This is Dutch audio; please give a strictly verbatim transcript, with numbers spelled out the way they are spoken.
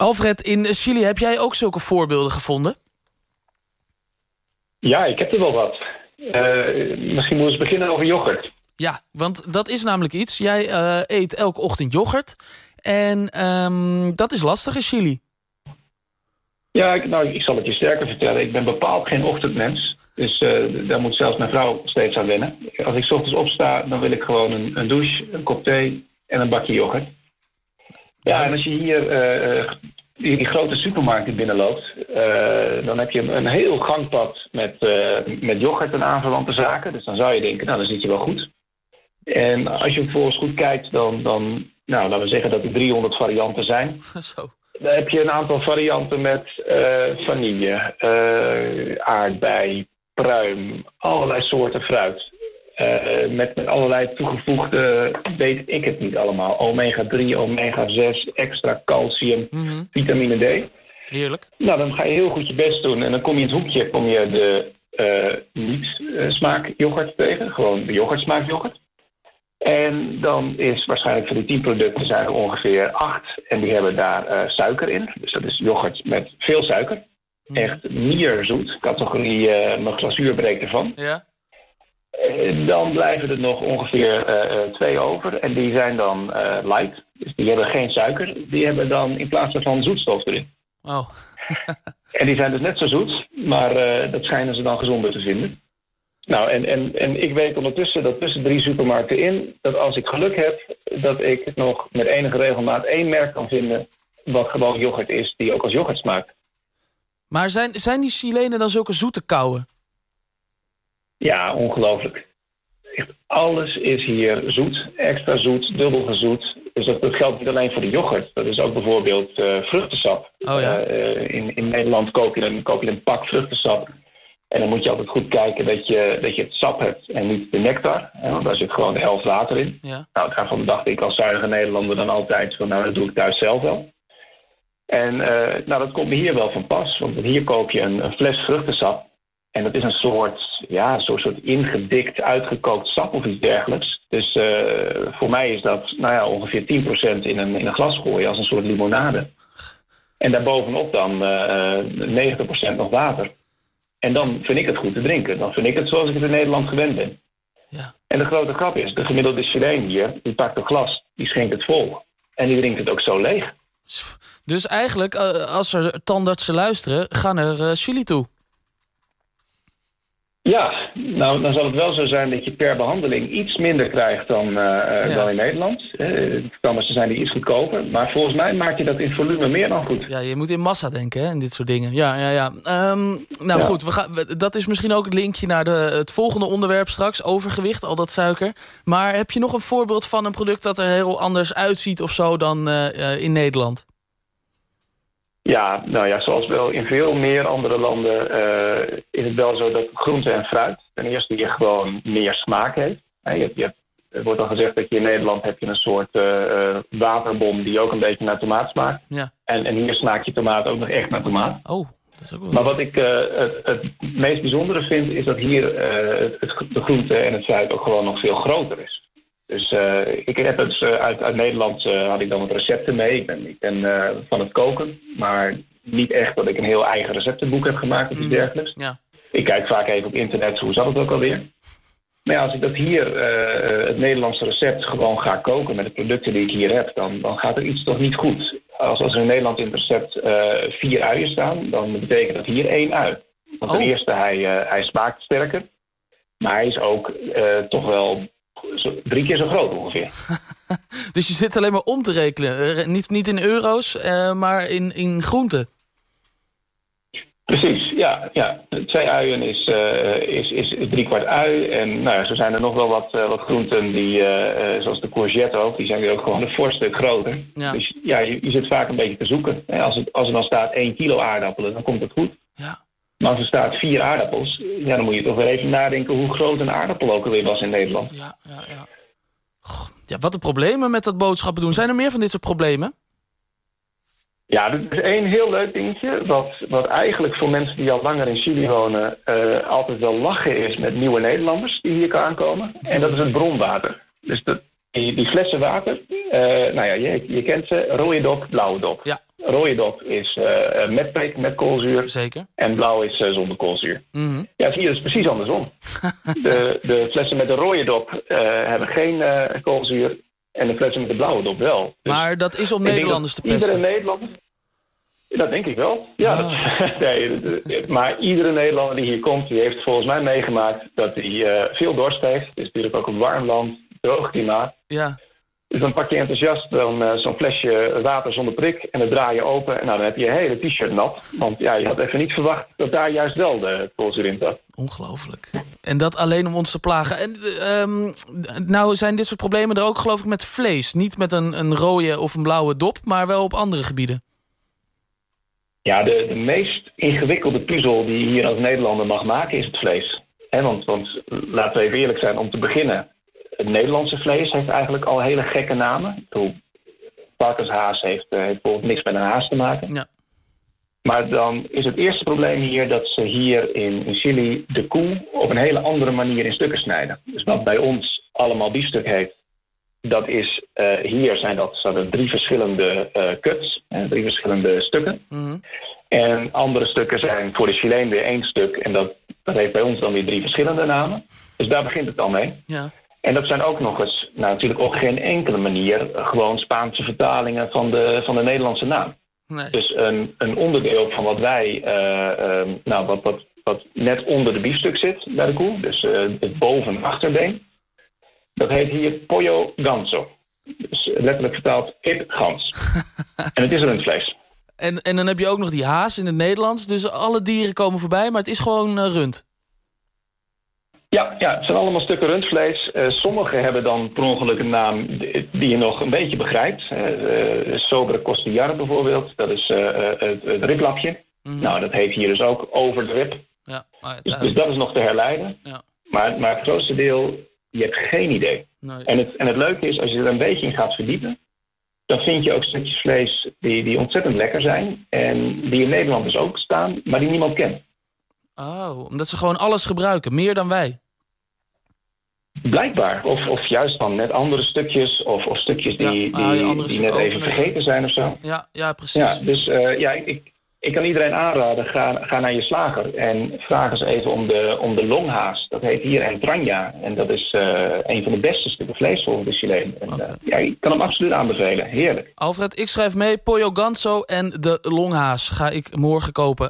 Alfred, in Chili heb jij ook zulke voorbeelden gevonden? Ja, ik heb er wel wat. Uh, misschien moeten we beginnen over yoghurt. Ja, want dat is namelijk iets. Jij uh, eet elke ochtend yoghurt. En um, dat is lastig in Chili. Ja, ik, nou, ik zal het je sterker vertellen. Ik ben bepaald geen ochtendmens. Dus uh, daar moet zelfs mijn vrouw steeds aan wennen. Als ik 's ochtends opsta, dan wil ik gewoon een, een douche, een kop thee en een bakje yoghurt. Ja, en als je hier uh, die, die grote supermarkten binnenloopt, uh, dan heb je een heel gangpad met, uh, met yoghurt en aanverwante zaken. Dus dan zou je denken, nou, dan zit je wel goed. En als je vervolgens goed kijkt, dan, dan nou, laten we zeggen dat er driehonderd varianten zijn. Zo. Dan heb je een aantal varianten met uh, vanille, uh, aardbei, pruim, allerlei soorten fruit. Uh, met, met allerlei toegevoegde, weet ik het niet allemaal. omega drie, omega zes, extra calcium, mm-hmm. vitamine D. Heerlijk. Nou, dan ga je heel goed je best doen. En dan kom je in het hoekje kom je de uh, niet-smaak yoghurt tegen. Gewoon de yoghurtsmaak yoghurt. En dan is waarschijnlijk voor die tien producten zijn er ongeveer acht. En die hebben daar uh, suiker in. Dus dat is yoghurt met veel suiker. Mm. Echt mierzoet. Categorie, uh, mijn glazuur breekt ervan. Ja. Uh, dan blijven er nog ongeveer uh, twee over. En die zijn dan uh, light. Dus die hebben geen suiker. Die hebben dan in plaats daarvan zoetstof erin. Oh. En die zijn dus net zo zoet. Maar uh, dat schijnen ze dan gezonder te vinden. Nou, en, en, en ik weet ondertussen dat tussen drie supermarkten in, dat als ik geluk heb, dat ik nog met enige regelmaat één merk kan vinden wat gewoon yoghurt is, die ook als yoghurt smaakt. Maar zijn, zijn die Chilenen dan zulke zoete kouwen? Ja, ongelooflijk. Echt alles is hier zoet, extra zoet, dubbel gezoet. Dus dat, dat geldt niet alleen voor de yoghurt. Dat is ook bijvoorbeeld uh, vruchtensap. Oh ja. Uh, in, in Nederland koop je, een, koop je een pak vruchtensap. En dan moet je altijd goed kijken dat je, dat je het sap hebt en niet de nectar. Hè, want daar zit gewoon de helft water in. Ja. Nou, daarvan dacht ik als zuinige Nederlander dan altijd van, nou, dat doe ik thuis zelf wel. En uh, nou, dat komt me hier wel van pas. Want hier koop je een, een fles vruchtensap. En dat is een soort, ja, zo'n soort ingedikt, uitgekookt sap of iets dergelijks. Dus uh, voor mij is dat, nou ja, ongeveer tien procent in een, in een glas gooien als een soort limonade. En daarbovenop dan uh, negentig procent nog water. En dan vind ik het goed te drinken. Dan vind ik het zoals ik het in Nederland gewend ben. Ja. En de grote grap is, de gemiddelde Chileen hier, die pakt een glas, die schenkt het vol. En die drinkt het ook zo leeg. Dus eigenlijk, als er tandartsen luisteren, gaan er uh, Chili toe. Ja, nou dan zal het wel zo zijn dat je per behandeling iets minder krijgt dan, uh, ja. dan in Nederland. Uh, tandartsen zijn die iets goedkoper. Maar volgens mij maakt je dat in volume meer dan goed. Ja, je moet in massa denken, hè, en dit soort dingen. Ja, ja, ja. Um, nou ja. Goed, we gaan, dat is misschien ook het linkje naar de, het volgende onderwerp straks. Overgewicht, al dat suiker. Maar heb je nog een voorbeeld van een product dat er heel anders uitziet of zo dan uh, uh, in Nederland? Ja, nou ja, zoals wel in veel meer andere landen uh, is het wel zo dat groente en fruit ten eerste je gewoon meer smaak heeft. Uh, je hebt, je hebt, er wordt al gezegd dat je in Nederland heb je een soort uh, waterbom die ook een beetje naar tomaat smaakt. Ja. En, en hier smaakt je tomaat ook nog echt naar tomaat. Oh, dat is ook wel... Maar wat ik uh, het, het meest bijzondere vind is dat hier uh, het, de groente en het fruit ook gewoon nog veel groter is. Dus uh, ik heb het uh, uit, uit Nederland uh, had ik dan wat recepten mee. Ik ben, ik ben uh, van het koken, maar niet echt dat ik een heel eigen receptenboek heb gemaakt of iets dergelijks. Ja. Ik kijk vaak even op internet, hoe zat het ook alweer. Maar ja, als ik dat hier, uh, het Nederlandse recept, gewoon ga koken met de producten die ik hier heb, dan, dan gaat er iets toch niet goed. Als, als er in Nederland in het recept uh, vier uien staan, dan betekent dat hier één ui. Want oh. ten eerste, hij, uh, hij smaakt sterker, maar hij is ook uh, toch wel... Zo, drie keer zo groot ongeveer. Dus je zit alleen maar om te rekenen. Uh, niet, niet in euro's, uh, maar in, in groenten. Precies, ja. ja. Twee uien is, uh, is, is drie kwart ui. En nou ja, zo zijn er nog wel wat, uh, wat groenten, die, uh, zoals de courgette ook, die zijn weer ook gewoon een fors stuk groter. Ja. Dus ja, je, je zit vaak een beetje te zoeken. Als, het, als er dan staat één kilo aardappelen, dan komt het goed. Ja. Maar als er staat vier aardappels, ja, dan moet je toch weer even nadenken hoe groot een aardappel ook alweer was in Nederland. Ja, ja, ja. Goh, ja, wat de problemen met dat boodschappen doen. Zijn er meer van dit soort problemen? Ja, er is één heel leuk dingetje, wat, wat eigenlijk voor mensen die al langer in Chili wonen uh, altijd wel lachen is met nieuwe Nederlanders die hier aankomen. En dat is het bronwater. Dus dat, die, die flessen water, uh, nou ja, je, je kent ze, rode dop, blauwe dop. Ja. rode dop is uh, met prik, met koolzuur. Zeker. En blauw is uh, zonder koolzuur. Mm-hmm. Ja, zie je, dat is precies andersom. de, de flessen met de rode dop uh, hebben geen uh, koolzuur. En de flessen met de blauwe dop wel. Dus maar dat is om Nederlanders te pesten? Iedere Nederlander... Dat denk ik wel. Ja, ah. dat, nee, maar iedere Nederlander die hier komt, die heeft volgens mij meegemaakt dat hij uh, veel dorst heeft. Het is natuurlijk ook een warm land, droog klimaat. Ja. Dus dan pak je enthousiast dan, uh, zo'n flesje water zonder prik en dan draai je open. En nou, dan heb je je hele t-shirt nat. Want ja, je had even niet verwacht dat daar juist wel de koolzuur in zat. Ongelooflijk. En dat alleen om ons te plagen. En um, nou zijn dit soort problemen er ook geloof ik met vlees. Niet met een, een rode of een blauwe dop, maar wel op andere gebieden. Ja, de, de meest ingewikkelde puzzel die je hier als Nederlander mag maken is het vlees. He, want, want laten we even eerlijk zijn, om te beginnen... Het Nederlandse vlees heeft eigenlijk al hele gekke namen. Varkenshaas heeft, uh, heeft bijvoorbeeld niks met een haas te maken. Ja. Maar dan is het eerste probleem hier dat ze hier in, in Chili de koe op een hele andere manier in stukken snijden. Dus wat bij ons allemaal biefstuk heet, dat is, uh, hier zijn dat, zijn er drie verschillende uh, cuts, uh, drie verschillende stukken. Mm-hmm. En andere stukken zijn voor de Chileen weer één stuk en dat, dat heeft bij ons dan weer drie verschillende namen. Dus daar begint het al mee. Ja. En dat zijn ook nog eens, nou natuurlijk op geen enkele manier, gewoon Spaanse vertalingen van de, van de Nederlandse naam. Nee. Dus een, een onderdeel van wat wij, uh, uh, nou wat, wat, wat net onder de biefstuk zit bij de koe, dus uh, het boven- en achterbeen, dat heet hier pollo ganso. Dus letterlijk vertaald kip-gans. En het is rundvlees. En, en dan heb je ook nog die haas in het Nederlands, dus alle dieren komen voorbij, maar het is gewoon uh, rund. Ja, ja, het zijn allemaal stukken rundvlees. Uh, sommige hebben dan per ongeluk een naam die je nog een beetje begrijpt. Uh, Sobre costillar bijvoorbeeld, dat is uh, het, het riblapje. Mm-hmm. Nou, dat heet hier dus ook over de rib. Ja, maar, dus, dus dat is nog te herleiden. Ja. Maar, maar het grootste deel, je hebt geen idee. Nee. En, het, en het leuke is, als je er een beetje in gaat verdiepen, dan vind je ook stukjes vlees die, die ontzettend lekker zijn. En die in Nederland dus ook staan, maar die niemand kent. Oh, omdat ze gewoon alles gebruiken, meer dan wij. Blijkbaar. Of, of juist van net andere stukjes. Of, of stukjes die, ja, ah, die, die, die net even vergeten zijn of zo. Ja, ja precies. Ja, dus uh, ja, ik, ik kan iedereen aanraden. Ga, ga naar je slager. En vraag eens even om de, om de longhaas. Dat heet hier entraña. En dat is uh, een van de beste stukken vlees volgens de Chileen. En, okay. uh, ja, ik kan hem absoluut aanbevelen. Heerlijk. Alfred, ik schrijf mee. Pollo ganso en de longhaas ga ik morgen kopen.